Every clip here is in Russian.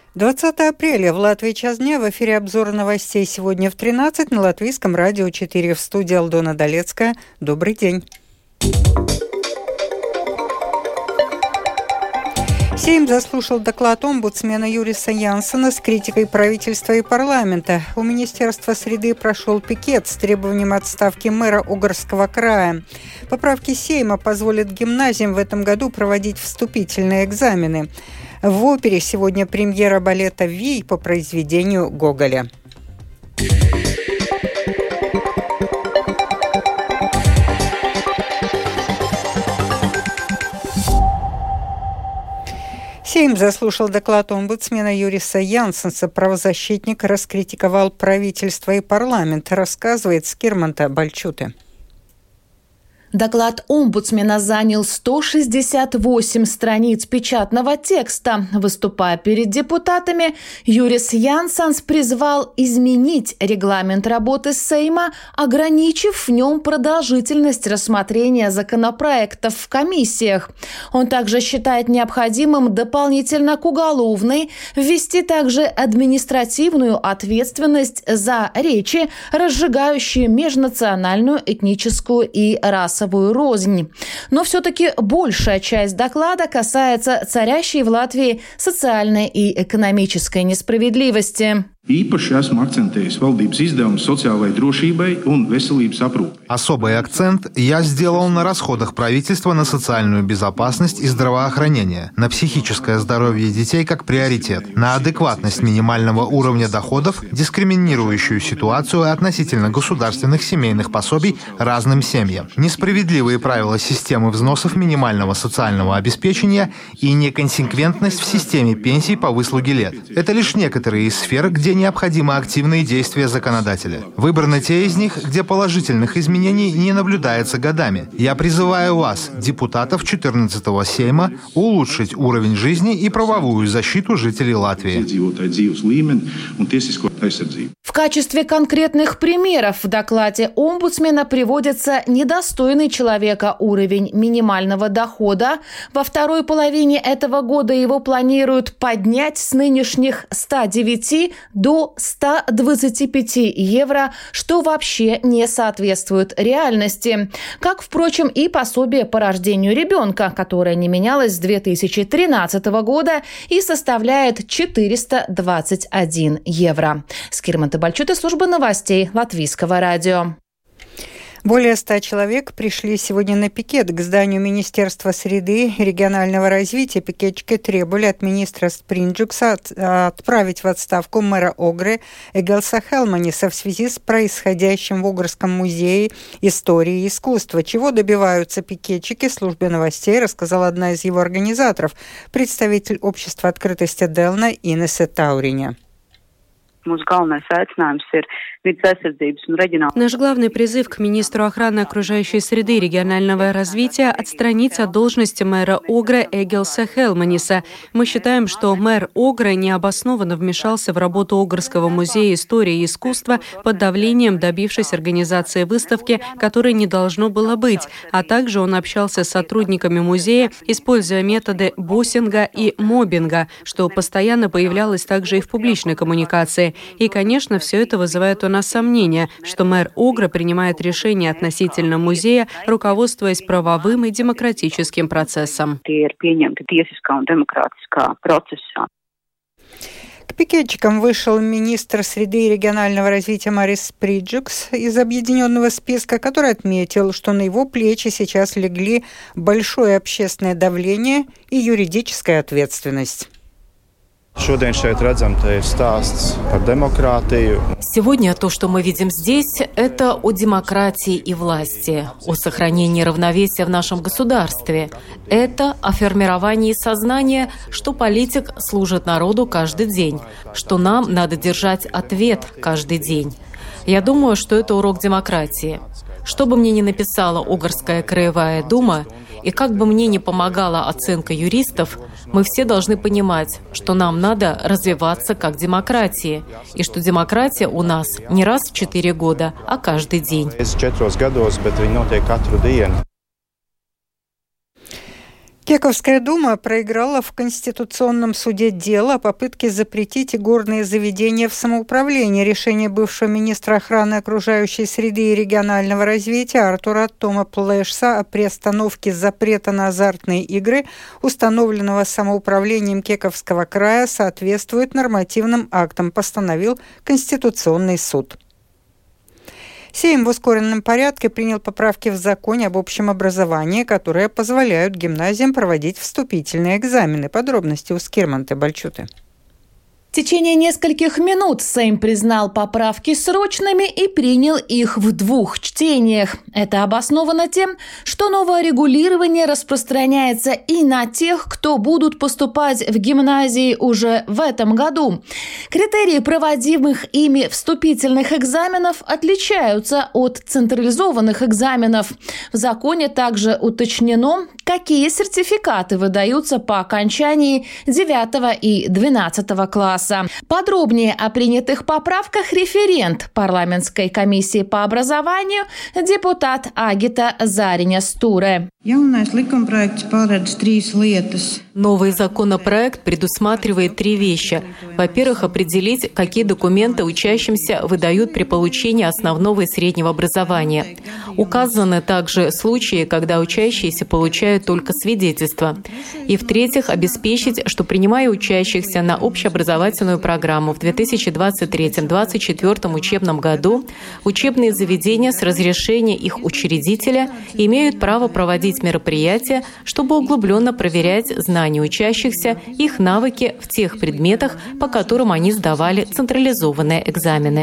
20 апреля в Латвии час дня. В эфире обзор новостей сегодня в 13 на Латвийском радио 4. В студии Алдона Долецкая. Добрый день. Сейм заслушал доклад омбудсмена Юриса Янсена с критикой правительства и парламента. У Министерства среды прошел пикет с требованием отставки мэра Огрского края. Поправки Сейма позволят гимназиям в этом году проводить вступительные экзамены. В опере сегодня премьера балета «Вий» по произведению Гоголя. Сейм заслушал доклад омбудсмена Юриса Янсенса. Правозащитник раскритиковал правительство и парламент, рассказывает Скирманта Бальчуте. Доклад омбудсмена занял 168 страниц печатного текста. Выступая перед депутатами, Юрис Янсенс призвал изменить регламент работы Сейма, ограничив в нем продолжительность рассмотрения законопроектов в комиссиях. Он также считает необходимым дополнительно к уголовной ввести также административную ответственность за речи, разжигающие межнациональную, этническую и расовую рознь. Но все-таки большая часть доклада касается царящей в Латвии социальной и экономической несправедливости. Особый акцент я сделал на расходах правительства на социальную безопасность и здравоохранение, на психическое здоровье детей как приоритет, на адекватность минимального уровня доходов, дискриминирующую ситуацию относительно государственных семейных пособий разным семьям, несправедливые правила системы взносов минимального социального обеспечения и неконсеквентность в системе пенсий по выслуге лет. Это лишь некоторые из сфер, где необходимы активные действия законодателя. Выбраны те из них, где положительных изменений не наблюдается годами. Я призываю вас, депутатов 14-го Сейма, улучшить уровень жизни и правовую защиту жителей Латвии. В качестве конкретных примеров в докладе омбудсмена приводится недостойный человека уровень минимального дохода. Во второй половине этого года его планируют поднять с нынешних 109 до 125 евро, что вообще не соответствует реальности. Как, впрочем, и пособие по рождению ребенка, которое не менялось с 2013 года и составляет 421 евро. Скирманта Бальчуте, служба новостей Латвийского радио. Более 100 человек пришли сегодня на пикет к зданию Министерства среды и регионального развития. Пикетчики требовали от министра Спринджукса отправить в отставку мэра Огры Эгилса Хелманиса в связи с происходящим в Огрском музее истории и искусства. Чего добиваются пикетчики, службе новостей рассказала одна из его организаторов, представитель общества открытости Делна Инесе Тауриня. Наш главный призыв к министру охраны окружающей среды и регионального развития – отстранить от должности мэра Огры Эгилса Хелманиса. Мы считаем, что мэр Огры необоснованно вмешался в работу Огрского музея истории и искусства под давлением, добившись организации выставки, которой не должно было быть, а также он общался с сотрудниками музея, используя методы боссинга и моббинга, что постоянно появлялось также и в публичной коммуникации. И, конечно, все это вызывает у нас сомнения, что мэр Огры принимает решения относительно музея, руководствуясь правовым и демократическим процессом. К пикетчикам вышел министр среды и регионального развития Марис Спринджукс из объединенного списка, который отметил, что на его плечи сейчас легли большое общественное давление и юридическая ответственность. Сегодня то, что мы видим здесь, это о демократии и власти, о сохранении равновесия в нашем государстве. Это о формировании сознания, что политик служит народу каждый день, что нам надо держать ответ каждый день. Я думаю, что это урок демократии. Что бы мне ни написала Огрская краевая дума, и как бы мне ни помогала оценка юристов, мы все должны понимать, что нам надо развиваться как демократии, и что демократия у нас не раз в 4 года, а каждый день. Кековская дума проиграла в Конституционном суде дело о попытке запретить игорные заведения в самоуправлении. Решение бывшего министра охраны окружающей среды и регионального развития Артура Тома Плешса о приостановке запрета на азартные игры, установленного самоуправлением Кековского края, соответствует нормативным актам, постановил Конституционный суд. Сейм в ускоренном порядке принял поправки в законе об общем образовании, которые позволяют гимназиям проводить вступительные экзамены. Подробности у Скирманты Бальчуты. В течение нескольких минут Сейм признал поправки срочными и принял их в 2 чтениях. Это обосновано тем, что новое регулирование распространяется и на тех, кто будут поступать в гимназии уже в этом году. Критерии проводимых ими вступительных экзаменов отличаются от централизованных экзаменов. В законе также уточнено, какие сертификаты выдаются по окончании 9 и 12 класса. Подробнее о принятых поправках референт парламентской комиссии по образованию депутат Агита Зариня-Стуре. Новый законопроект предусматривает 3 вещи. Во-первых, определить, какие документы учащимся выдают при получении основного и среднего образования. Указаны также случаи, когда учащиеся получают только свидетельство. И в-третьих, обеспечить, что принимая учащихся на общеобразовательную программу в 2023-2024 учебном году, учебные заведения с разрешения их учредителя имеют право проводить мероприятия, чтобы углубленно проверять знания учащихся, их навыки в тех предметах, по которым они сдавали централизованные экзамены.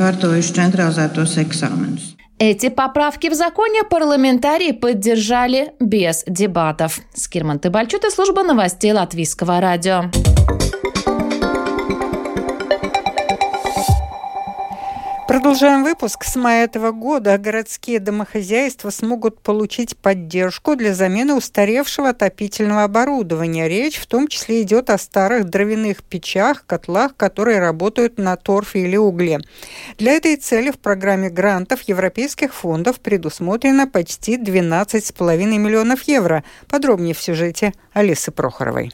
Эти поправки в законе парламентарии поддержали без дебатов. Скирманты Бальчуты, служба новостей Латвийского радио. Продолжаем выпуск. С мая этого года городские домохозяйства смогут получить поддержку для замены устаревшего отопительного оборудования. Речь в том числе идет о старых дровяных печах, котлах, которые работают на торфе или угле. Для этой цели в программе грантов европейских фондов предусмотрено почти 12,5 миллионов евро. Подробнее в сюжете Алисы Прохоровой.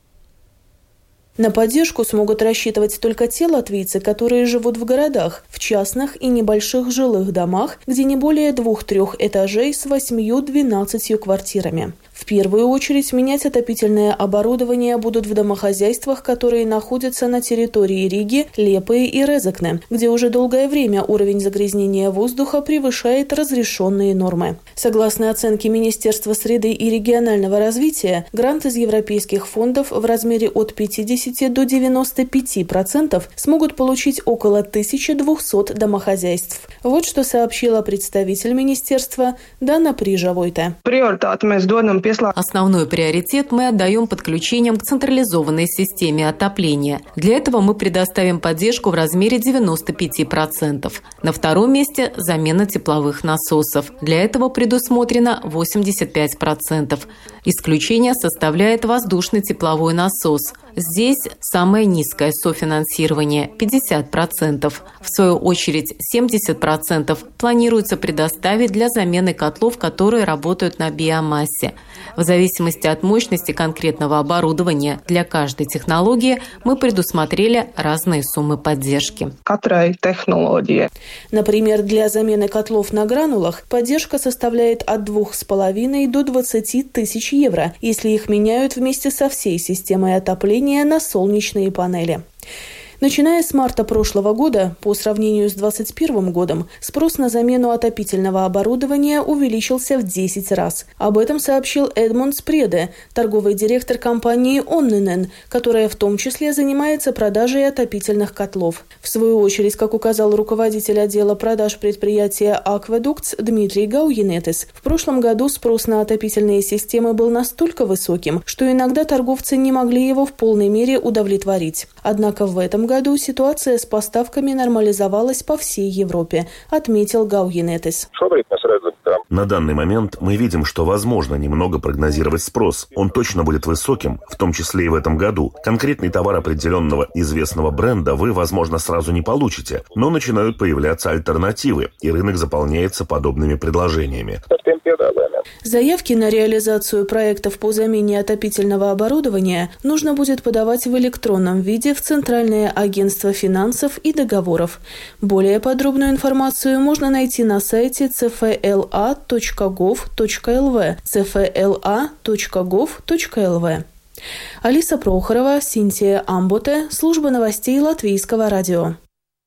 На поддержку смогут рассчитывать только те латвийцы, которые живут в городах, в частных и небольших жилых домах, где не более 2-3 этажей с 8-12 квартирами. В первую очередь менять отопительное оборудование будут в домохозяйствах, которые находятся на территории Риги, Лепои и Резекне, где уже долгое время уровень загрязнения воздуха превышает разрешенные нормы. Согласно оценке Министерства среды и регионального развития, грант из европейских фондов в размере от 50 до 95% смогут получить около 1200 домохозяйств. Вот что сообщила представитель министерства Дана Прижавойта. Основной приоритет мы отдаем подключениям к централизованной системе отопления. Для этого мы предоставим поддержку в размере 95%. На втором месте – замена тепловых насосов. Для этого предусмотрено 85%. Исключение составляет воздушный тепловой насос. Здесь самое низкое софинансирование – 50%. В свою очередь, 70% планируется предоставить для замены котлов, которые работают на биомассе. В зависимости от мощности конкретного оборудования для каждой технологии мы предусмотрели разные суммы поддержки. Например, для замены котлов на гранулах поддержка составляет от 2,5 до 20 тысяч евро, если их меняют вместе со всей системой отопления на солнечные панели. Начиная с марта прошлого года, по сравнению с 2021 годом, спрос на замену отопительного оборудования увеличился в 10 раз. Об этом сообщил Эдмунд Спреде, торговый директор компании Onninen, которая в том числе занимается продажей отопительных котлов. В свою очередь, как указал руководитель отдела продаж предприятия Aqueducts Дмитрий Гауинетис, в прошлом году спрос на отопительные системы был настолько высоким, что иногда торговцы не могли его в полной мере удовлетворить. Однако в этом году ситуация с поставками нормализовалась по всей Европе, отметил Гауинетис. На данный момент мы видим, что возможно немного прогнозировать спрос. Он точно будет высоким, в том числе и в этом году. Конкретный товар определенного известного бренда вы, возможно, сразу не получите, но начинают появляться альтернативы, и рынок заполняется подобными предложениями. Заявки на реализацию проектов по замене отопительного оборудования нужно будет подавать в электронном виде в Центральное агентство финансов и договоров. Более подробную информацию можно найти на сайте cfla.gov.lv cfla.gov.lv. Алиса Прохорова, Синтия Амботе, служба новостей Латвийского радио.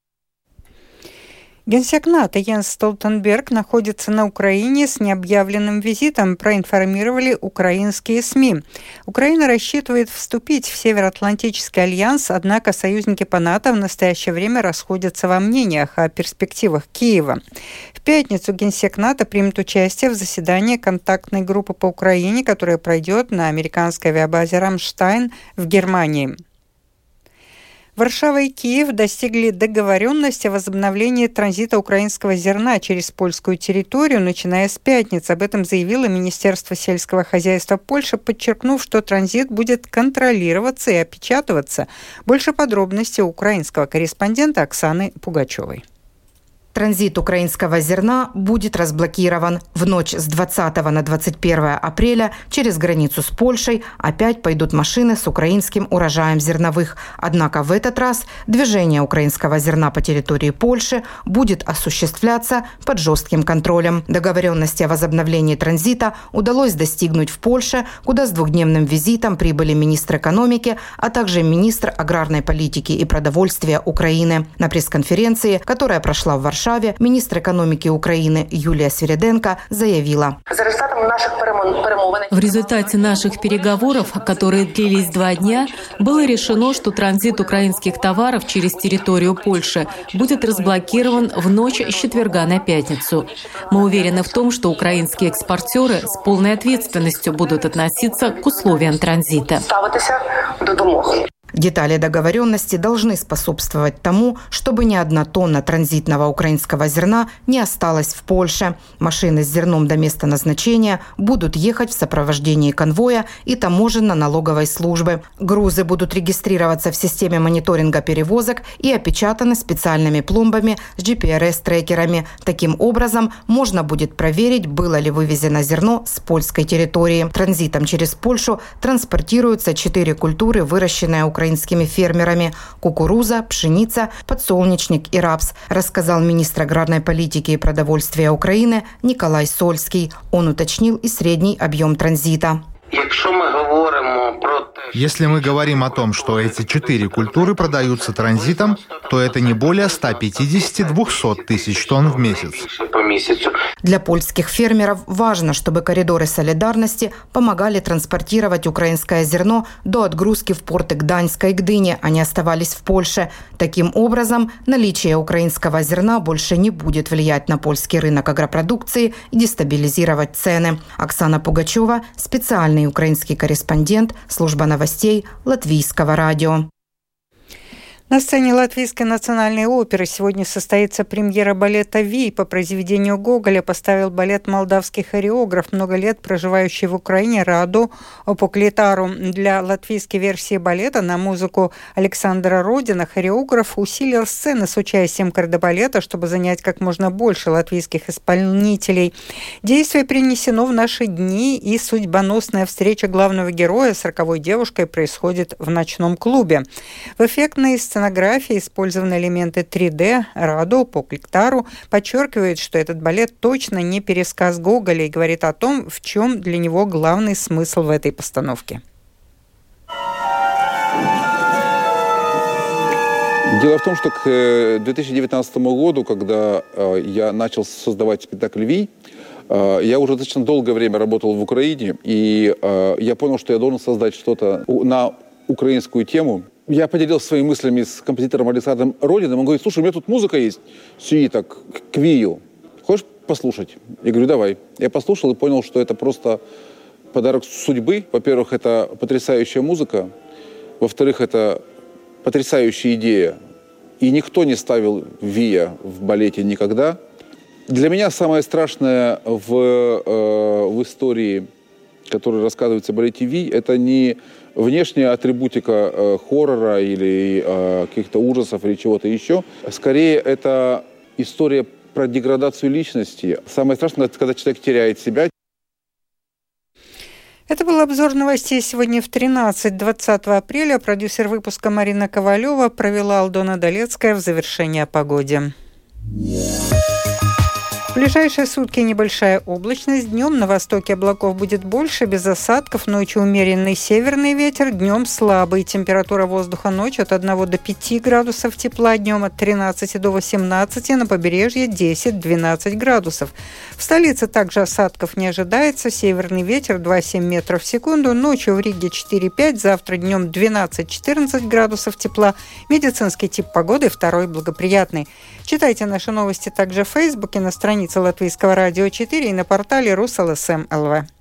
Генсек НАТО Йенс Столтенберг находится на Украине с необъявленным визитом, проинформировали украинские СМИ. Украина рассчитывает вступить в Североатлантический альянс, однако союзники по НАТО в настоящее время расходятся во мнениях о перспективах Киева. В пятницу генсек НАТО примет участие в заседании контактной группы по Украине, которая пройдет на американской авиабазе «Рамштайн» в Германии. Варшава и Киев достигли договоренности о возобновлении транзита украинского зерна через польскую территорию, начиная с пятницы. Об этом заявило Министерство сельского хозяйства Польши, подчеркнув, что транзит будет контролироваться и опечатываться. Больше подробностей у украинского корреспондента Оксаны Пугачевой. Транзит украинского зерна будет разблокирован. В ночь с 20 на 21 апреля через границу с Польшей опять пойдут машины с украинским урожаем зерновых. Однако в этот раз движение украинского зерна по территории Польши будет осуществляться под жестким контролем. Договоренности о возобновлении транзита удалось достигнуть в Польше, куда с двухдневным визитом прибыли министр экономики, а также министр аграрной политики и продовольствия Украины. На пресс-конференции, которая прошла в Варшаве, министр экономики Украины Юлия Свириденко заявила: в результате наших переговоров, которые длились 2 дня, было решено, что транзит украинских товаров через территорию Польши будет разблокирован в ночь с четверга на пятницу. Мы уверены в том, что украинские экспортеры с полной ответственностью будут относиться к условиям транзита. Детали договоренности должны способствовать тому, чтобы ни одна тонна транзитного украинского зерна не осталась в Польше. Машины с зерном до места назначения будут ехать в сопровождении конвоя и таможенно-налоговой службы. Грузы будут регистрироваться в системе мониторинга перевозок и опечатаны специальными пломбами с GPRS-трекерами. Таким образом, можно будет проверить, было ли вывезено зерно с польской территории. Транзитом через Польшу транспортируются 4 культуры, выращенные украинскими фермерами: кукуруза, пшеница, подсолнечник и рапс, рассказал министр аграрной политики и продовольствия Украины Николай Сольский. Он уточнил и средний объем транзита. Если мы говорим о том, что эти 4 культуры продаются транзитом, то это не более 150-200 тысяч тонн в месяц. Для польских фермеров важно, чтобы коридоры солидарности помогали транспортировать украинское зерно до отгрузки в порты Гданьска и Гдыни, а не оставались в Польше. Таким образом, наличие украинского зерна больше не будет влиять на польский рынок агропродукции и дестабилизировать цены. Оксана Пугачева, специальный украинский корреспондент, служба новостей Латвийского радио. На сцене Латвийской национальной оперы сегодня состоится премьера балета «Вий». По произведению Гоголя поставил балет молдавский хореограф, много лет проживающий в Украине, Раду Поклитару. Для латвийской версии балета на музыку Александра Родина хореограф усилил сцены с участием кардебалета, чтобы занять как можно больше латвийских исполнителей. Действие перенесено в наши дни, и судьбоносная встреча главного героя с роковой девушкой происходит в ночном клубе. В эффектной сценографии использованы элементы 3D. Раду Поклитару подчеркивает, что этот балет точно не пересказ Гоголя и говорит о том, в чем для него главный смысл в этой постановке. Дело в том, что к 2019 году, когда я начал создавать спектакль «Вий», я уже достаточно долгое время работал в Украине, и я понял, что я должен создать что-то на украинскую тему. Я поделился своими мыслями с композитором Александром Родиным. Он говорит: слушай, у меня тут музыка есть, сюита к Вию. Хочешь послушать? Я говорю: давай. Я послушал и понял, что это просто подарок судьбы. Во-первых, это потрясающая музыка. Во-вторых, это потрясающая идея. И никто не ставил Вия в балете никогда. Для меня самое страшное в истории, которая рассказывается в балете «Вий», это не внешняя атрибутика хоррора или каких-то ужасов или чего-то еще. Скорее, это история про деградацию личности. Самое страшное, когда человек теряет себя. Это был обзор новостей сегодня в 13-20 апреля. Продюсер выпуска Марина Ковалева, провела Алдона Долецкая в завершении о погоде. В ближайшие сутки небольшая облачность. Днем на востоке облаков будет больше, без осадков. Ночью умеренный северный ветер, днем слабый. Температура воздуха ночью от 1 до 5 градусов тепла, днем от 13 до 18, на побережье 10-12 градусов. В столице также осадков не ожидается. Северный ветер 2,7 метров в секунду. Ночью в Риге 4-5, завтра днем 12-14 градусов тепла. Медицинский тип погоды второй благоприятный. Читайте наши новости также в Фейсбуке, на странице Латвийского радио 4 и на портале RusLSM.lv.